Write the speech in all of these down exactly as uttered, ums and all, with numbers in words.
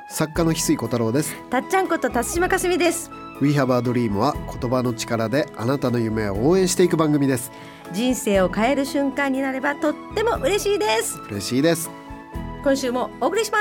作家の翡翠小太郎です。 たっちゃんこと辰島かすみです。 We Have a Dream は言葉の力であなたの夢を応援していく番組です。 人生を変える瞬間になればとっても嬉しいです。 嬉しいです。 今週もお送りします。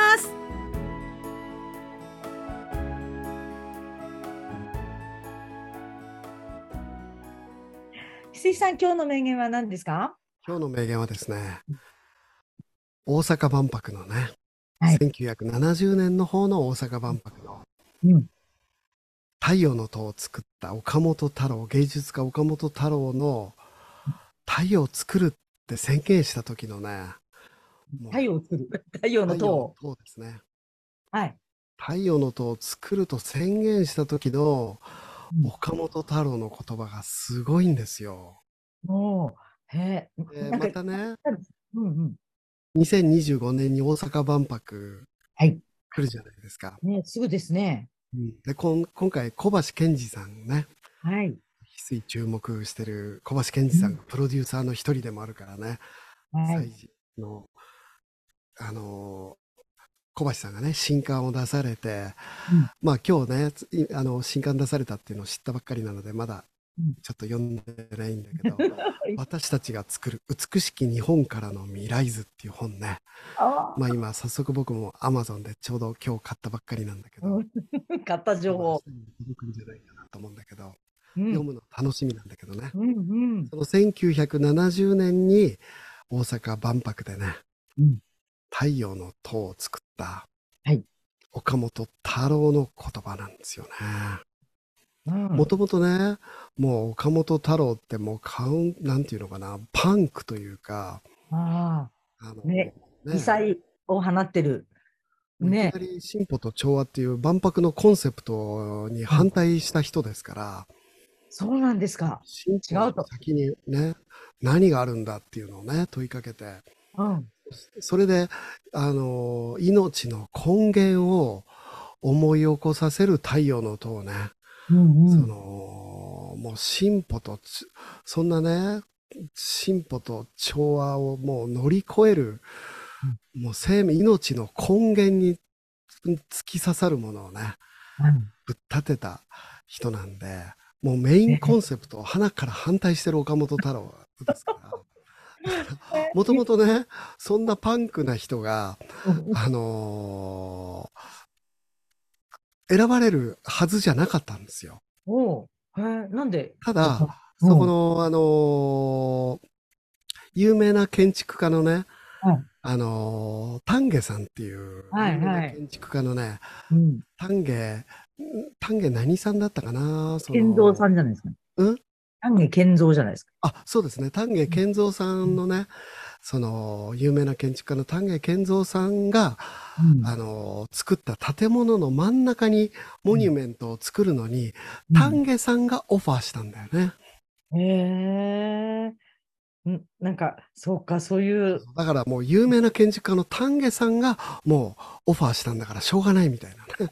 翡翠さん、今日の名言は何ですか？ 今日の名言はですね、大阪万博のね、 はい、 せんきゅうひゃくななじゅうねんの方の大阪万博のうん、 太陽の塔を作った岡本太郎、芸術家岡本太郎の太陽を作るって宣言した時のね、もう太陽を作る太陽の太陽の塔、 塔ですね。 はい、 太陽の塔を作ると宣言した時のうん、 岡本太郎の言葉がすごいんですよ。 おー、へえ、 で、 なんか、 またね、 うんうん、 にせんにじゅうごねんに大阪万博はい、 来るじゃないですか。 ね、すぐですね。 うん、でこん今回小橋健二さんね、 はい、 翡翠注目してる小橋健二うん、 さんがプロデューサーの一人でもあるからね、 はい、 祭事の、あのー小橋さんがね、新刊を出されて、 うん、 まあ今日ね、ついあの新刊出されたっていうのを知ったばっかりなので、まだうん、 ちょっと読んでないんだけど、私たちが作る美しき日本からの未来図っていう本ね。 あまあ今、早速僕も Amazon でちょうど今日買ったばっかりなんだけど、 うん、買った情多分明報。 日に届くんじゃないかなと思うんだけど、 うん、 読むの楽しみなんだけどね。 うん、うん、 そのせんきゅうひゃくななじゅうねんに大阪万博でね、 うん、 太陽の塔を作ったはい、 岡本太郎の言葉なんですよね。 うん、 もともとね、もう岡本太郎ってもうカウン、なんていうのかな、パンクというか、 ああのあ、ね、異ね、 彩を放ってる。 もういきね、 なり進歩と調和っていう万博のコンセプトにうん、 反対した人ですから、 そうなんですか。 進歩よ違うと。 り先にね、何があるんだっていうのをね、問いかけて、 うん、 それで、あの、命の根源を思い起こさせる太陽の塔をね、 うん、うそん、 の、もう進歩とつ、そんなね、進歩と調和をもう乗り越える、もう生命、命の根源に突き刺さるものをね、 うん、 ぶっ立てた人なんで、もうメインコンセプトを花から反対してる岡本太郎ですから。もともとね、そんなパンクな人が、あのー選ばれるはずじゃなかったんですよ。 おう、へえ、なんで、 ただ、 おか、 そこうん、 の、あのー有名な建築家のね、 はい、 あのー丹下さんっていうはい、 有名なはい、 建築家のね、 うん、 丹下、丹下何さんだったかな、そ健三さの、 んじゃないですか。 うん丹下健三じゃないですか。 あ、そうですね。丹下うん、 健三さんのね、その、有名な建築家の丹下健三さんが、 うん、 あの、作った建物の真ん中にモニュメントを作るのに、 うん、 丹下さんがオファーしたんだよね。 うん、へえ、ん、なんか、そうか、そういう、 だからもう有名な建築家の丹下さんがもうオファーしたんだからしょうがないみたいなね。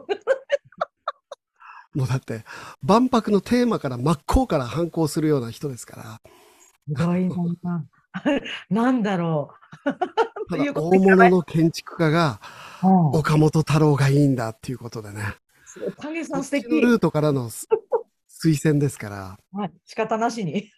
もうだって、万博のテーマから真っ向から反抗するような人ですから。 すごいな。なんだろう。 ただ、 ということ大聞かない。 物の建築家が、 うん。 岡本太郎がいいんだっていうことでね。 すごい。影さそっん素敵。 ちのルートからのす推薦ですから。 はい。仕方なしに。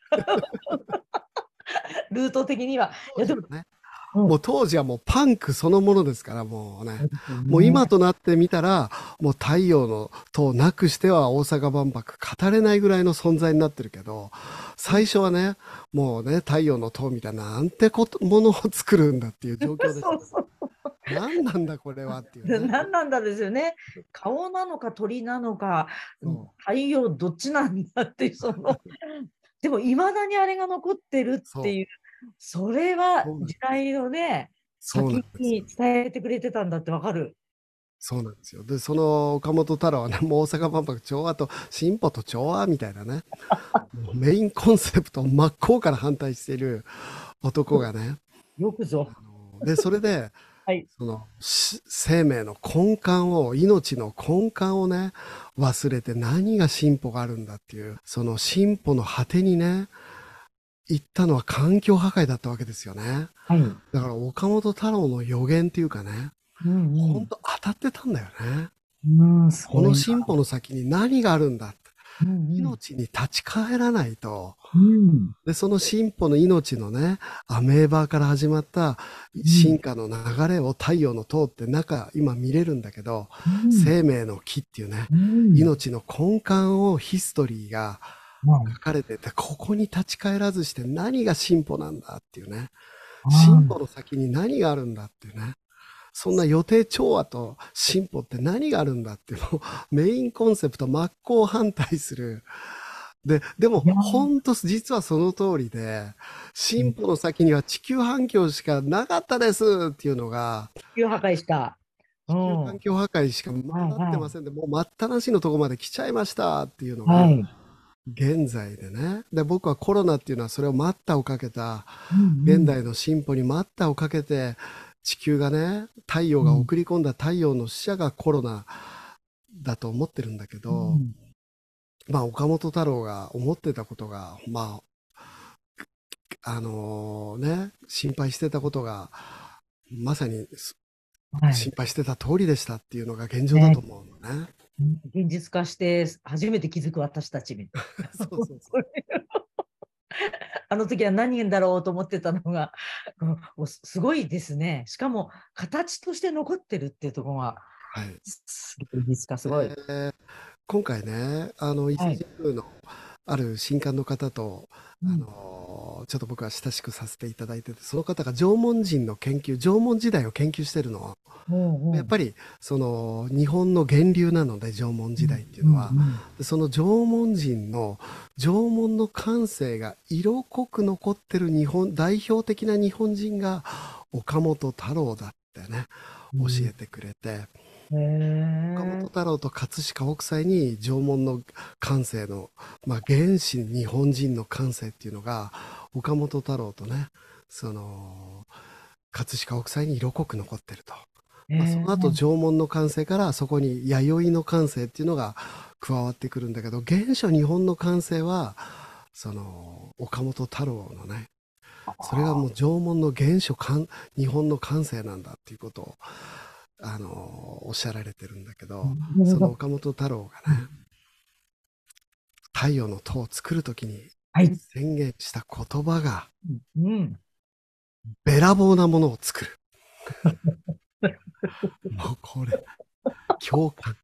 ルート的には。いや、でも、 当時はね、 うん。 もう当時はもうパンクそのものですから、もうね。 そうですよもう今ね。 となってみたら、もう太陽の塔なくしては大阪万博語れないぐらいの存在になってるけど、最初はね、もうね、太陽の塔みたいな、なんてこと、ものを作るんだっていう状況でしたかそうそう。 ら。何なんだこれはっていうね。 何なんだですよね。顔なのか鳥なのか、 そう、 太陽どっちなんだっていう、その、でも、いまだにあれが残ってるってそう、 いう、それはそうなんです。 時代のね、 そうなん先ですよ。 に伝えてくれてたんだってわかる。 そうなんですよ。で、その岡本太郎はね、もう大阪万博調和と進歩と調和みたいなね、もうメインコンセプトを真っ向から反対している男がね、 よくぞ。 あので、それで、 はい。 そのし生命の根幹を、命の根幹をね、忘れて何が進歩があるんだっていう、その進歩の果てにね、行ったのは環境破壊だったわけですよね。 はい。 だから岡本太郎の予言っていうかね、 うんうん。 本当当たってたんだよね。 うん、すこのごいな。 進歩の先に何があるんだって。 うんうん。 命に立ち返らないと、 うん。 で、その進歩の命のね、アメーバーから始まったうん。 進化の流れを太陽の塔って中、今見れるんだけど、 うん。 生命の木っていうね、 うん。 命の根幹をヒストリーがはい。 書かれてて、ここに立ち返らずして何が進歩なんだっていうね、進あ歩の先に何があるんだっていうね、そんな予定調和と進歩って何があるんだっていうのをメインコンセプト真っ向反対する。で、でもいや本当実はその通りで、進歩の先には地球環境しかなかったですっていうのが、 地球破壊した。う地球ん。は環境破壊しかまいだなってまはせんで、もう待ったなしのとこまで来ちゃいましたっていうのい。はが、 い。 現在でね。で、僕はコロナっていうのはそれを待ったをかけた、 うん現代の進歩に待ったをかけて、地球がね、太陽うん。 が送り込んだ太陽の使者がコロナだと思ってるんだけど、 うん。 まあ、岡本太郎が思ってたことが、まあ、あのね、心配してたことが、まさにすはい。 心配してた通りでしたっていうのが現状だね、 と思うのね。 現実化して初めて気づく私たちみたいな。 そうそうそう。 あの時は何円だろうと思ってたのが、うん、すすごいですね。しかも形として残ってるっていうところが、 はい。 す現実化すごい。 で、今回ね、あの、伊はい。 勢神宮のある神官の方と、あうん。 の、ちょっと僕は親しくさせていただいてて、その方が縄文人の研究、縄文時代を研究してるの。 うんうん。 やっぱり、その、日本の源流なので、縄文時代っていううんうのは、 んでその縄文人の、縄文の感性が色濃く残ってる日本、代表的な日本人が岡本太郎だってね、教うん。 えてくれて、 うん。 岡本へえ。 太郎と葛飾北斎に縄文の感性の、まあ、原始日本人の感性っていうのが岡本太郎とね、その葛飾北斎に色濃く残ってると。 へまあ、その後え。 縄文の感性からそこに弥生の感性っていうのが加わってくるんだけど、原初日本の感性はその岡本太郎のね、それがもう縄文の原初感日本の感性なんだっていうことをあのおっしゃられてるんだけど、 なるほど。 その岡本太郎がね、太陽の塔を作るときにはい。 宣言した言葉が、 うん。 べらぼうなものを作る。もうこれ、共感。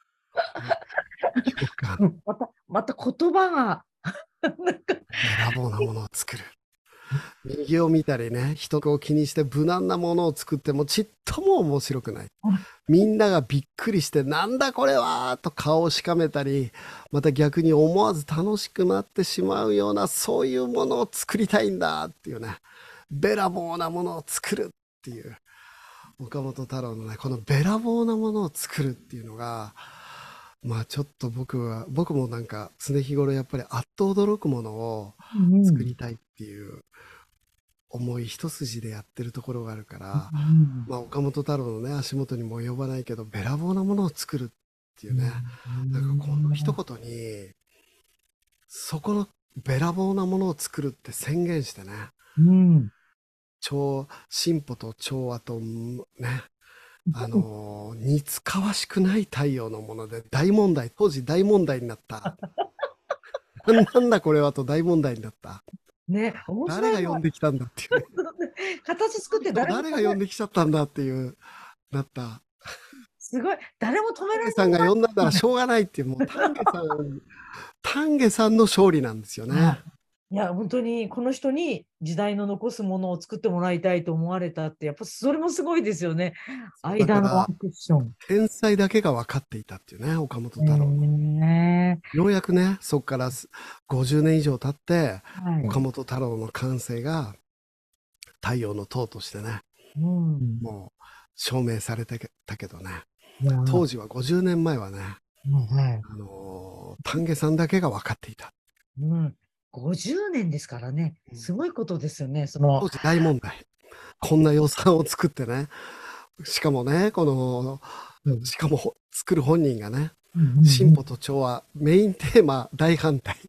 共感。 また、また言葉が、なんか、 べらぼうなものを作る。右を見たりね、人を気にして無難なものを作ってもちっとも面白くない。みんながびっくりして、なんだこれはと顔をしかめたり、また逆に思わず楽しくなってしまうような、そういうものを作りたいんだっていうね、べらぼうなものを作るっていう、岡本太郎のね、このべらぼうなものを作るっていうのが、まあちょっと僕は、僕もなんか常日頃やっぱりあっと驚くものをうん。 作りたいっていう思い一筋でやってるところがあるかうら、 ん。 まあ、岡本太郎のね、足元にも及ばないけど、べらぼうなものを作るっていうね、 うなんかこの一ん。 言に、そこのべらぼうなものを作るって宣言してね、 うん。 調、進歩と調和とね、あのー似つかわしくない太陽のもので大問題、当時大問題になった。なんだこれはと大問題になった。 ね、面白いのは、 誰が呼んできたんだっていうね。 形作って人誰も止め、 誰が呼んできちゃったんだっていう、なった。 すごい、誰も止められ丹下さんが呼んだんならない。 しょうがないっていう、もう丹下さん、丹下さんの勝利なんですよね。 はい。いや、本当にこの人に時代の残すものを作ってもらいたいと思われたって、やっぱそれもすごいですよね。 そうだから、 間のワンクッション。 天才だけが分かっていたっていうね、岡本へ太郎の。 え。 ようやくね、そこからすごじゅうねん以上経って、 はい。 岡本太郎の感性が太陽の塔としてね、 うん。 もう証明されてたけどね、 いや、は当時はごじゅうねんまえはね、 いはい。 あのー丹下さんだけが分かっていた。 うん。ごじゅうねんですからね。 うん、 すごいことですよね。その、 当時大問題。こんな予算を作ってね、しかもね、この、 うん。 しかもほ作る本人がね、 うんうんうん。 進歩と調和、メインテーマ大反対。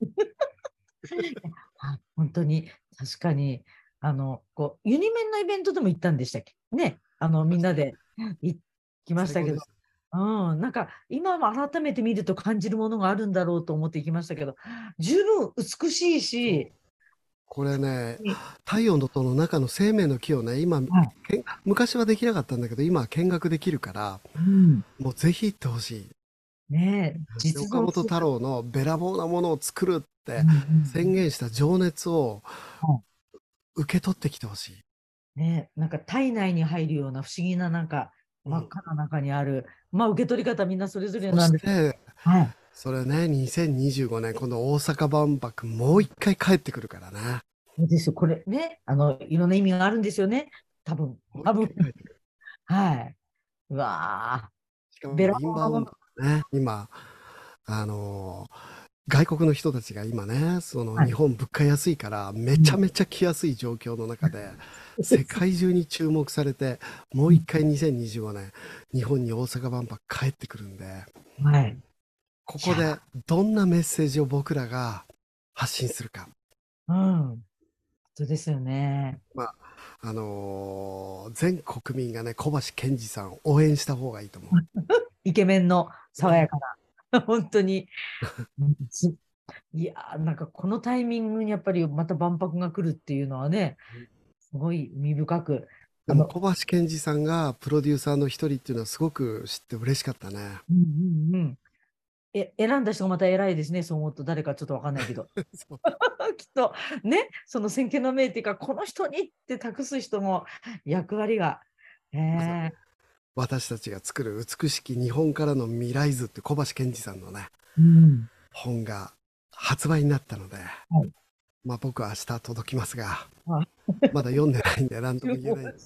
あ、本当に、確かに、あの、こう、ユニメンのイベントでも行ったんでしたっけね。あの、みんなで。 行きましたけど、 最高でした。 うん、なんか今も改めて見ると感じるものがあるんだろうと思って行きましたけど、十分美しいそう。 し、 これね、 に太陽の塔の中の生命の木をね、今、 はい、 けん昔はできなかったんだけど、今は見学できるから、 うん、 もうぜひ行ってほしい。 ねえ、 で、岡本実像する。 太郎のべらぼうなものを作るっうんて宣うん言した情熱をうん、 受け取ってきてほしい。 ね、なんか体内に入るような不思議ななんかうん。 真っ赤な中にある、まあ受け取り方みんなそれぞれそなんです。 して、 はい。 それね、にせんにじゅうごねん、今度大阪万博もう一回帰ってくるからね。 そうですよ。これね、あの、いろんな意味があるんですよね。多分、 もう一多分。 回帰ってくる。 はい。うわあ、 しかもべら今インバウンドぼうのもの。 ね、今、あのー外国の人たちが今ね、そのはい。 日本物価安いからめうん。 ちゃめちゃ来やすい状況の中で、 そうです。 世界中に注目されて、もうん。 う一回にせんにじゅうごねん、日本に大阪万博帰ってくるんで、 はい。いや、 ここでどんなメッセージを僕らが発信するか。 うん。そうですよね。 まあ、あのー全国民がね、小橋健二さんを応援した方がいいと思う。 イケメンの爽やうん。 かな。本当に。うんすいやー、なんかこのタイミングにやっぱりまた万博が来るっていうのはね、すごい意味深く。 でもあの、 小橋健二さんがプロデューサーの一人っていうのはすごく知って嬉しかったね。 うんうんうん。え、選んだ人がまた偉いですね。そう思うと誰かちょっとわかんないけど。 そう。 きっとね、その先見の明っていうか、この人にって託す人も役割が。えまさにえ、 私たちが作る美しき日本からの未来図って小橋健二さんのね、 うん。 本が発売になったので、 はい。 まあ僕は明日届きますが、 あ、 まだ読んでないんで何とも注言えないんです。 文した。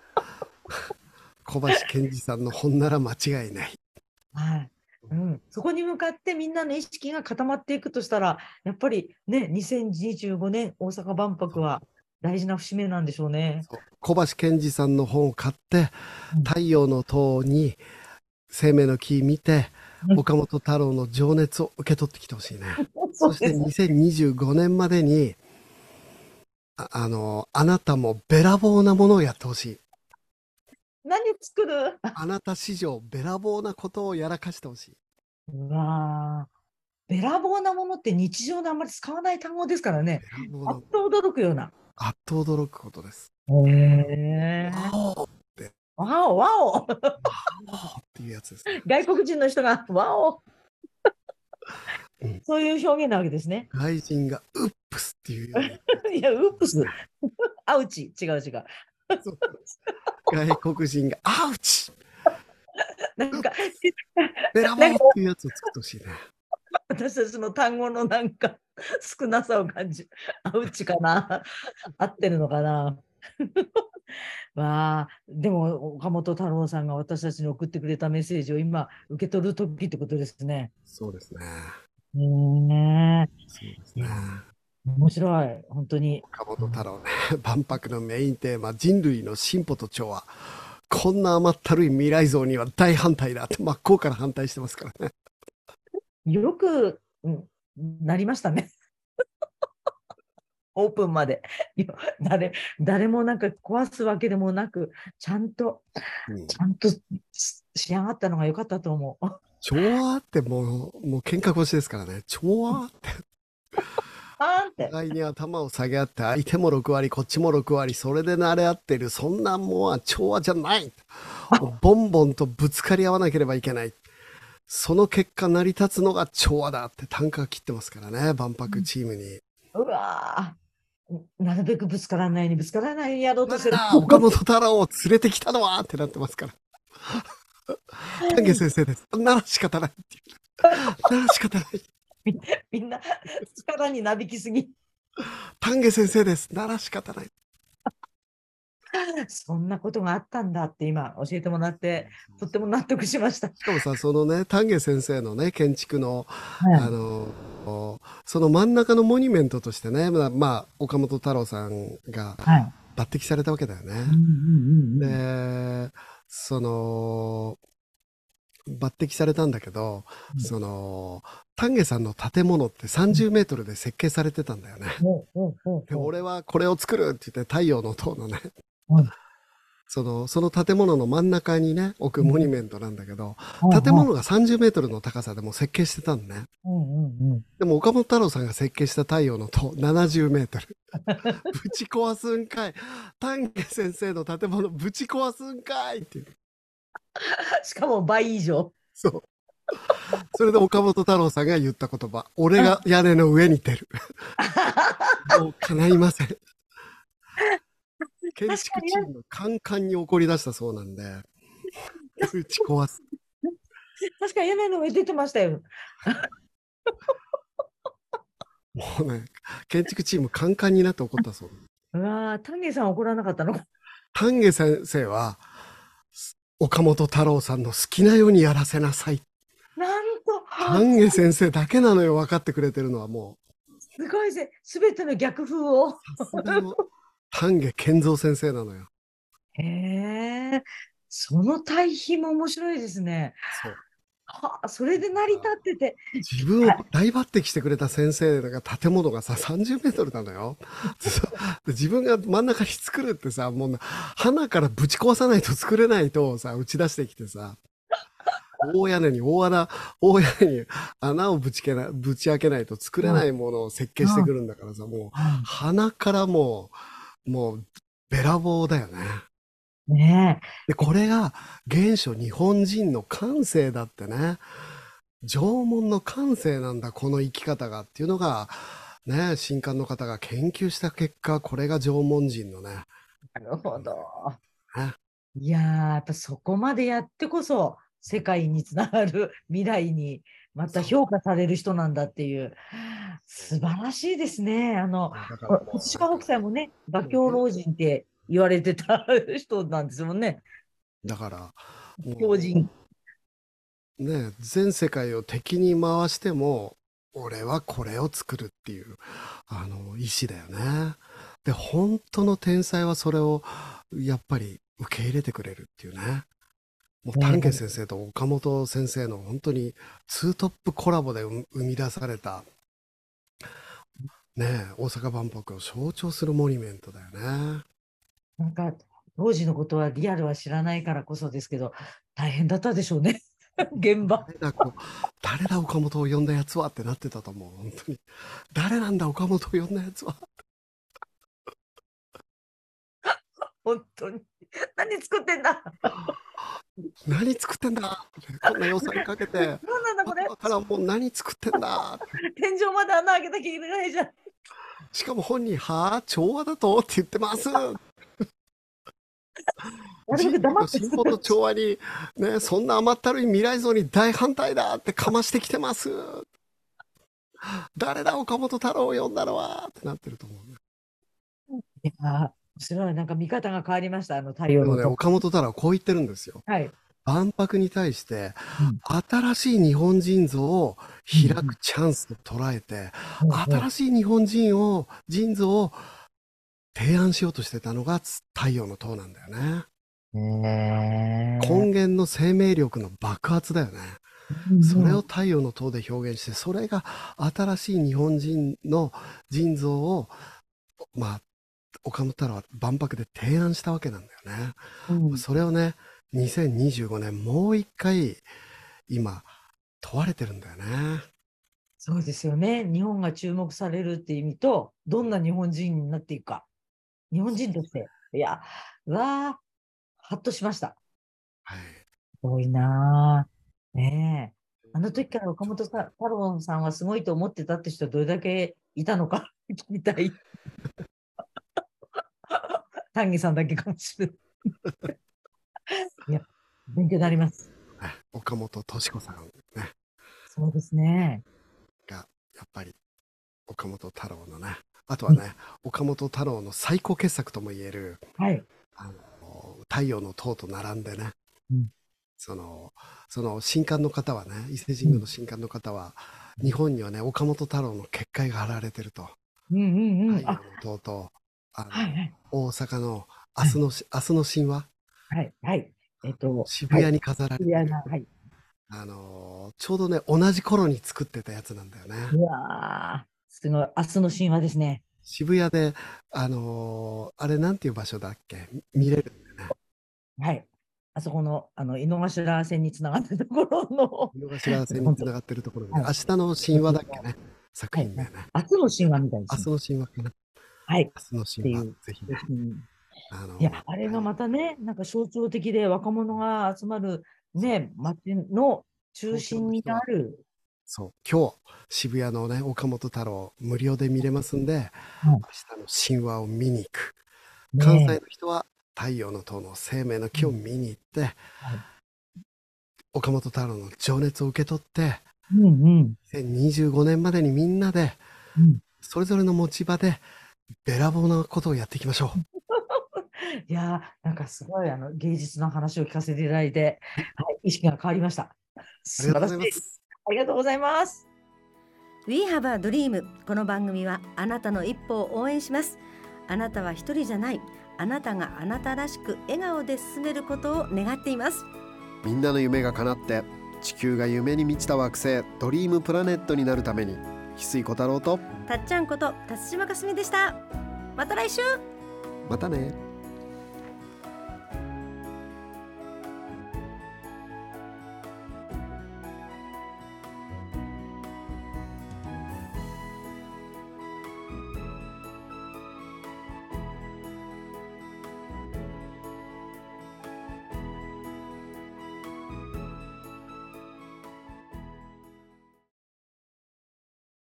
小橋健二さんの本なら間違いない。 はい。うん、そこに向かってみんなの意識が固まっていくとしたら、やっぱりね、にせんにじゅうごねん大阪万博は大事な節目なんでしょうね。 そう小橋健二さんの本を買ってうん。 太陽の塔に生命の木見てうん。 岡本太郎の情熱を受け取ってきてほしいね。そしてそうです。 にせんにじゅうごねんまでにあ、あのあなたもべらぼうなものをやってほしい。 何作る？ あなた史上べらぼうなことをやらかしてほしい。 うわー、べらぼうなものって日常であんまり使わない単語ですからね。 べらぼうなもの。 あっと驚くような。 あっと驚くことです。 へわえ。 おって、 わお、わお。 わおっていうやつですね。 外国人の人が、わお。 うん。 そういう表現なわけですね。 外人がウップスっていうように言ってるやつ。 いや、ウップス。アウチ。違う違う。 そう。外国人がアウチなんか、 ウップスべらなんかぼうっていうやつを作ってほしいね。 私たちの単語のなんか少なさを感じ、アウチかな。合ってるのかな。わあ、でも岡本太郎さんが私たちに送ってくれたメッセージを今受け取る時ってことですね。 そうですね。 ねそうですえ。いね。 や、面白い。本当に。 岡うん。 本太郎ね。万博のメインテーマ、人類の進歩と調和。こんな甘ったるい未来像には大反対だって真っ向から反対してますからね。 よく、うん、なりましたね。オープンまで。いや、誰、誰もなんか壊すわけでもなく、ちゃんと、 うん。 ちゃんとし仕上がったのが良かったと思う。 調和ってもう、もう喧嘩腰ですからね。調和って。 あーんって。 互いに頭を下げ合って、相手もろく割、こっちもろく割、それで慣れ合ってる。そんなもんは調和じゃない。もうボンボンとぶつかり合わなければいけない。その結果成り立つのが調和だって単価切ってますからね、万博チームに。 うわー、なるべくぶつからないように、ぶつからないようにやろうとしてる。 誰だ岡本太郎を連れてきたのはってなってますから。丹下先生です。なら仕方ないっていう。なら仕方ない。 みみんな力になびきすぎ。 丹下先生です。なら仕方ない。 そんなことがあったんだって今教えてもらって、とっても納得しました。 しかもさ、そのね、丹下先生のね、建築の、 はい。 あの、その真ん中のモニュメントとしてね、まあ、まあ岡本太郎さんがはい。 抜擢されたわけだよね。 うんうんうんうん。 で、その、抜擢されたんだけど、 うん。 その、丹下さんの建物ってさんじゅうメートルで設計されてたんだよね。 ほうほうほうで、 ほ俺はこれを作るって言って太陽の塔のね、 う。うん。 その、その建物の真ん中にね、置くモニュメントなんだけど、 はいはい。 建物がさんじゅうメートルの高さでもう設計してたのね。 うんうんうん。 でも岡本太郎さんが設計した太陽の塔ななじゅうメートル。ぶち壊すんかい。丹下先生の建物ぶち壊すんかいっていう。 しかも倍以上。 そう。それで岡本太郎さんが言った言葉。俺がうん。 屋根の上に出る。もう叶いません。建確かに、 築チームカンカンに怒り出したそうなんで、ぶち壊す。 確かに屋根の上出てましたよ。 もうね、建築チームカンカンになって怒ったそう。 うわー、丹下さん怒らなかったのか。 丹下先生は、岡本太郎さんの好きなようにやらせなさい。 なんと、 丹下先生だけなのよ、分かってくれてるのはもすごいぜ。すべての逆風を。 う。さすがの丹下健三先生なのよ。 へえ、その対比も面白いですね。 そう。 はあ、それで成り立ってて。 自分を大抜擢してくれた先生が建物がさ、さんじゅうメートルなのよ。で自分が真ん中に作るってさ、もう花からぶち壊さないと作れないとさ、打ち出してきてさ、大屋根に大穴、大屋根に穴をぶちけなぶち開けないと作れうんないものを設計してくるんだからさ、もう、 うん鼻からもう、もう、べらぼうだよね。 ねで、これが原初日本人の感性だってね。縄文の感性なんだ、この生き方がっていうのが、ね、神官の方が研究した結果、これが縄文人のね、 え、なるほど。 ね、 いやー、やっぱそこまでやってこそ、世界につながる未来にまたそう。 評価される人なんだっていう、素晴らしいですね。あの、 だからこもうなんか、 葛飾北斎もね、画もうげ狂老人って言われてた人なんですもんね。 だから、も狂人。 うね、全世界を敵に回しても、俺はこれを作るっていう、あの、意志だよね。で、本当の天才はそれを、やっぱり受け入れてくれるっていうね。もう丹下ね、 先生と岡本先生の本当にツートップコラボで生み出された、ね、大阪万博を象徴するモニュメントだよね。 なんか、当時のことはリアルは知らないからこそですけど、大変だったでしょうね。現場。 誰だこ誰だ岡本を呼んだやつはってなってたと思う。本当に。誰なんだ岡本を呼んだやつは。 本当に。何作ってんだ。 何作ってんだこんな予算かけて。 何なんだこれ。 わけわからんもう何作ってんだ天井まで穴開けたきゃいけないじゃん。 しかも本人、はあ、調和だとって言ってます。 なるべく人類の黙って進歩と作ってほしい。 調和に、ね、そんな甘ったるい未来像に大反対だってかましてきてます。誰だ岡本太郎を呼んだのはってなってると思うね。 いやー、面白い。なんか見方が変わりました。あの太陽でもね、 の塔。 岡本太郎はこう言ってるんですよ。 はい。 万博に対して、 うん。 新しい日本人像を開うんくチャンスと捉えて、 うん。うん新しい日本人を、人像を提案しようとしてたのが太陽の塔なんだよね。 うん。へ根源の生命力の爆発だよね。 ー。うんうん。 それを太陽の塔で表現して、それが新しい日本人の人像を、まあ、岡本太郎は万博で提案したわけなんだよね。 うん。 それをね、にせんにじゅうごねんもう一回今問われてるんだよね。 そうですよね。日本が注目されるっていう意味と、どんな日本人になっていくか。日本人として。いや、うわー、はっとしました。 はい。 すごいなー。ねえ。あの時から岡本さ太郎さんはすごいと思ってたって人どれだけいたのか聞きたい。丹下さんだけかもしれない。いや、勉強になります。 ね岡本敏子さんね、 そうですね。 が、やっぱり岡本太郎のね、あとうん。 はね、岡本太郎の最高傑作ともいえる、 はい。 あの、太陽の塔と並んでね、 うん。 その、その神官の方はね、伊勢神宮うん。 の神官の方は、日本にはね、岡本太郎の結界が張られてると。 うんうんうん。あ、 太陽の塔と、あの、 はいはい。 大阪の明はい。 日のし、明日の神話、 はい。はい。えっあのと、はい。 渋谷に飾られてる。 いやな、はい。 あの、ちょうどね、同じ頃に作ってたやつなんだよね。 うわー、すごい。明日の神話ですね。 渋谷で、あの、あれなんていう場所だっけ見れるんだよね。 はい。あそこの、あの、井の頭線につながってるところの、 井の頭線に本当、 つながってるところに、 はい。 明日の神話だっけね、作はい、 品名ね。 明日の神話みたいですね。 明日の神話かな。 はい。っ明日の神話、 ていう。 ぜひね。 うん、 あの、 いや、あれがはい。 またね、なんか象徴的で若者が集まるそう。 ね、街の中東京心にの人は、 ある。 そう、今日、渋谷のね、岡本太郎、無料で見れますんで、 は明日の神話を見に行く。 い。 関西ねの人は、太陽の塔の生命のえ。うん、 木を見に行って、 はい。 岡本太郎の情熱を受け取って、 うんうん。 にせんにじゅうごねんまでにみんなで、 うん。 それぞれの持ち場で、べらぼうなことをやっていきましょう。 いやー、なんかすごいあの芸術の話を聞かせていただいて、 はい、 はい、意識が変わりました。 ありがとうご素晴らしい。 ざいます。 ありがとうございます。 We have a dream。 この番組はあなたの一歩を応援します。あなたは一人じゃない。あなたがあなたらしく笑顔で進めることを願っています。 みんなの夢が叶って、地球が夢に満ちた惑星ドリームプラネットになるために、翡翠小太郎とたっちゃんこと辰島かすみでした。また来週。 またね。